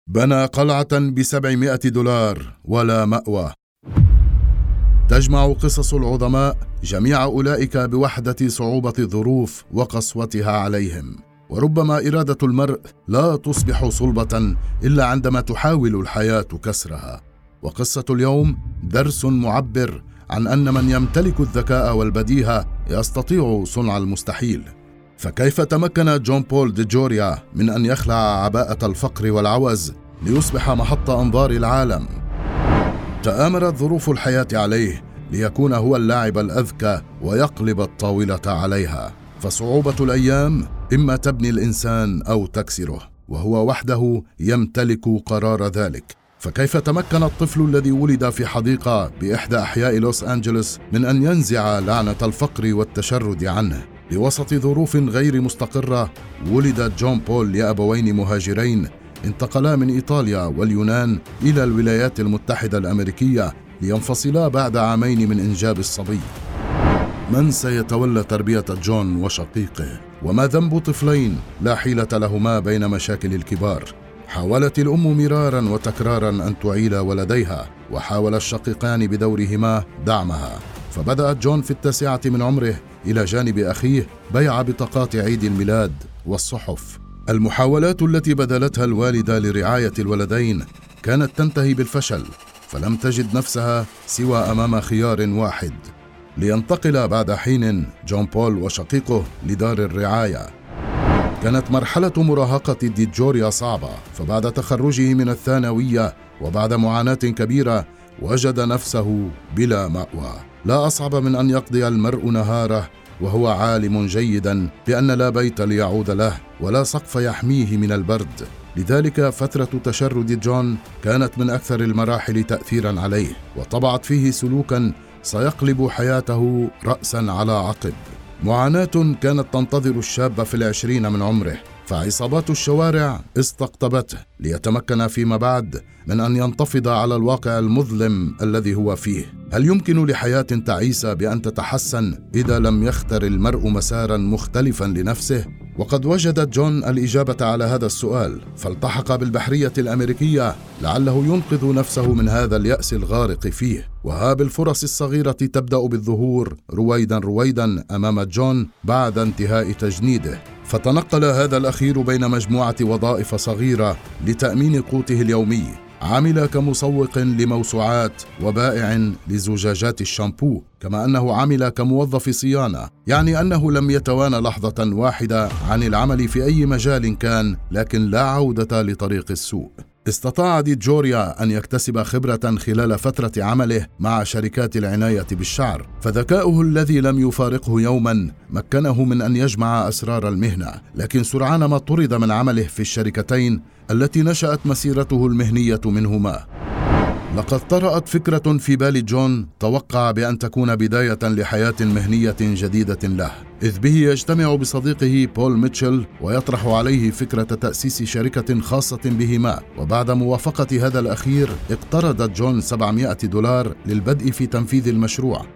بنى قلعة ب$700 ولا مأوى. تجمع قصص العظماء جميع أولئك بوحدة صعوبة الظروف وقسوتها عليهم، وربما إرادة المرء لا تصبح صلبة إلا عندما تحاول الحياة كسرها. وقصة اليوم درس معبر عن أن من يمتلك الذكاء والبديهة يستطيع صنع المستحيل. فكيف تمكن جون بول دي جوريا من أن يخلع عباءة الفقر والعوز ليصبح محط أنظار العالم؟ تآمرت ظروف الحياة عليه ليكون هو اللاعب الأذكى ويقلب الطاولة عليها، فصعوبة الأيام إما تبني الإنسان أو تكسره، وهو وحده يمتلك قرار ذلك. فكيف تمكن الطفل الذي ولد في حديقة بإحدى أحياء لوس أنجلوس من أن ينزع لعنة الفقر والتشرد عنه؟ بوسط ظروف غير مستقرة ولد جون بول لأبوين مهاجرين انتقلا من إيطاليا واليونان إلى الولايات المتحدة الأمريكية لينفصلا بعد عامين من إنجاب الصبي. من سيتولى تربية جون وشقيقه؟ وما ذنب طفلين لا حيلة لهما بين مشاكل الكبار؟ حاولت الأم مرارا وتكرارا أن تعيل ولديها، وحاول الشقيقان بدورهما دعمها. فبدأت جون في 9 من عمره إلى جانب أخيه بيع بطاقات عيد الميلاد والصحف. المحاولات التي بذلتها الوالدة لرعاية الولدين كانت تنتهي بالفشل، فلم تجد نفسها سوى أمام خيار واحد: لينتقل بعد حين جون بول وشقيقه لدار الرعاية. كانت مرحلة مراهقة دي جوريا صعبة، فبعد تخرجه من الثانوية وبعد معاناة كبيرة وجد نفسه بلا مأوى. لا أصعب من أن يقضي المرء نهاره وهو عالم جيدا بأن لا بيت ليعود له ولا سقف يحميه من البرد. لذلك فترة تشرد جون كانت من أكثر المراحل تأثيرا عليه، وطبعت فيه سلوكا سيقلب حياته رأسا على عقب. معاناة كانت تنتظر الشاب في 20 من عمره، فعصابات الشوارع استقطبته ليتمكن فيما بعد من أن ينتفض على الواقع المظلم الذي هو فيه. هل يمكن لحياة تعيسة بأن تتحسن إذا لم يختر المرء مسارا مختلفا لنفسه؟ وقد وجدت جون الإجابة على هذا السؤال، فالتحق بالبحرية الأمريكية لعله ينقذ نفسه من هذا اليأس الغارق فيه. وها بالفرص الصغيرة تبدأ بالظهور رويدا رويدا أمام جون بعد انتهاء تجنيده. فتنقل هذا الأخير بين مجموعة وظائف صغيرة لتأمين قوته اليومي. عمل كمسوق لموسوعات وبائع لزجاجات الشامبو، كما أنه عمل كموظف صيانة، يعني أنه لم يتوانى لحظة واحدة عن العمل في أي مجال كان، لكن لا عودة لطريق السوء. استطاع دي جوريا أن يكتسب خبرة خلال فترة عمله مع شركات العناية بالشعر، فذكاؤه الذي لم يفارقه يوما مكنه من أن يجمع أسرار المهنة. لكن سرعان ما طرد من عمله في الشركتين التي نشأت مسيرته المهنية منهما. لقد طرأت فكرة في بال جون توقع بأن تكون بداية لحياة مهنية جديدة له، إذ به يجتمع بصديقه بول ميتشل ويطرح عليه فكرة تأسيس شركة خاصة بهما. وبعد موافقة هذا الأخير اقترضت جون $700 للبدء في تنفيذ المشروع.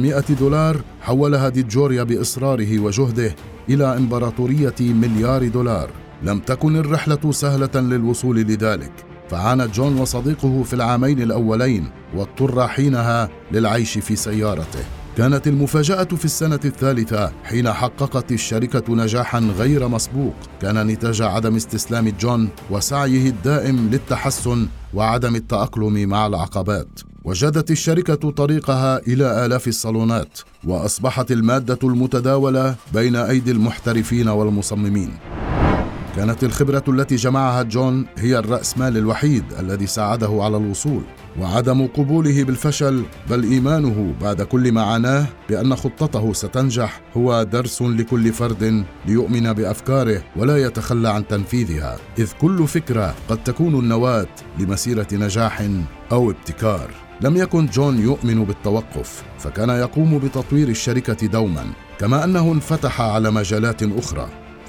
$700 حولها دي جوريا بإصراره وجهده إلى إمبراطورية $1,000,000,000. لم تكن الرحلة سهلة للوصول لذلك، فعانت جون وصديقه في العامين الأولين، واضطر حينها للعيش في سيارته. كانت المفاجأة في السنة الثالثة حين حققت الشركة نجاحا غير مسبوق، كان نتاج عدم استسلام جون وسعيه الدائم للتحسن وعدم التأقلم مع العقبات. وجدت الشركة طريقها إلى آلاف الصالونات، وأصبحت المادة المتداولة بين أيدي المحترفين والمصممين. كانت الخبرة التي جمعها جون هي الرأسمال الوحيد الذي ساعده على الوصول، وعدم قبوله بالفشل بل إيمانه بعد كل معاناة بأن خطته ستنجح هو درس لكل فرد ليؤمن بأفكاره ولا يتخلى عن تنفيذها، إذ كل فكرة قد تكون النواة لمسيرة نجاح أو ابتكار. لم يكن جون يؤمن بالتوقف، فكان يقوم بتطوير الشركة دوما، كما أنه انفتح على مجالات أخرى.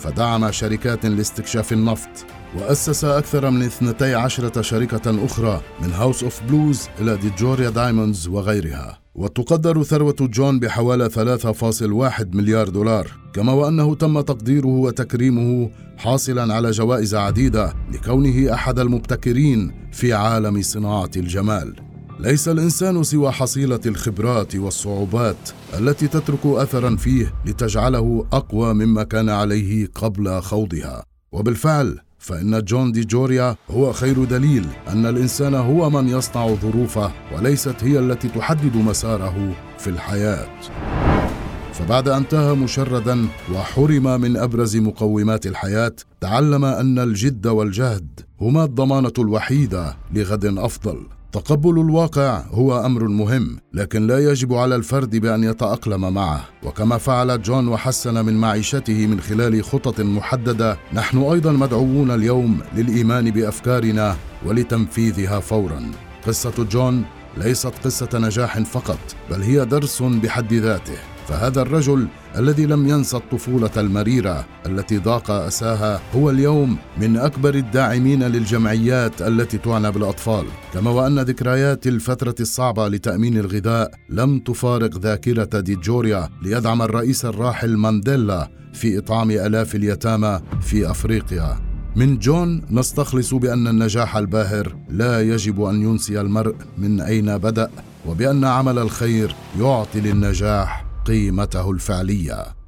فدعم شركات لاستكشاف النفط، وأسس أكثر من 12 شركة أخرى من هاوس أوف بلوز إلى دي جوريا دايموندز وغيرها. وتقدر ثروة جون بحوالي 3.1 مليار دولار، كما وأنه تم تقديره وتكريمه حاصلا على جوائز عديدة لكونه أحد المبتكرين في عالم صناعة الجمال. ليس الإنسان سوى حصيلة الخبرات والصعوبات التي تترك أثرا فيه لتجعله أقوى مما كان عليه قبل خوضها. وبالفعل فإن جون دي جوريا هو خير دليل أن الإنسان هو من يصنع ظروفه وليست هي التي تحدد مساره في الحياة. فبعد أن تاه مشردا وحرم من أبرز مقومات الحياة، تعلم أن الجد والجهد هما الضمانة الوحيدة لغد أفضل. تقبل الواقع هو أمر مهم، لكن لا يجب على الفرد بأن يتأقلم معه. وكما فعل جون وحسن من معيشته من خلال خطط محددة، نحن أيضا مدعوون اليوم للإيمان بأفكارنا ولتنفيذها فورا. قصة جون ليست قصة نجاح فقط، بل هي درس بحد ذاته. فهذا الرجل الذي لم ينسى الطفولة المريرة التي ضاق أساها هو اليوم من أكبر الداعمين للجمعيات التي تعنى بالأطفال، كما وأن ذكريات الفترة الصعبة لتأمين الغذاء لم تفارق ذاكرة دي جوريا ليدعم الرئيس الراحل مانديلا في إطعام آلاف اليتامى في أفريقيا. من جون نستخلص بأن النجاح الباهر لا يجب أن ينسي المرء من أين بدأ، وبأن عمل الخير يعطي للنجاح قيمته الفعلية.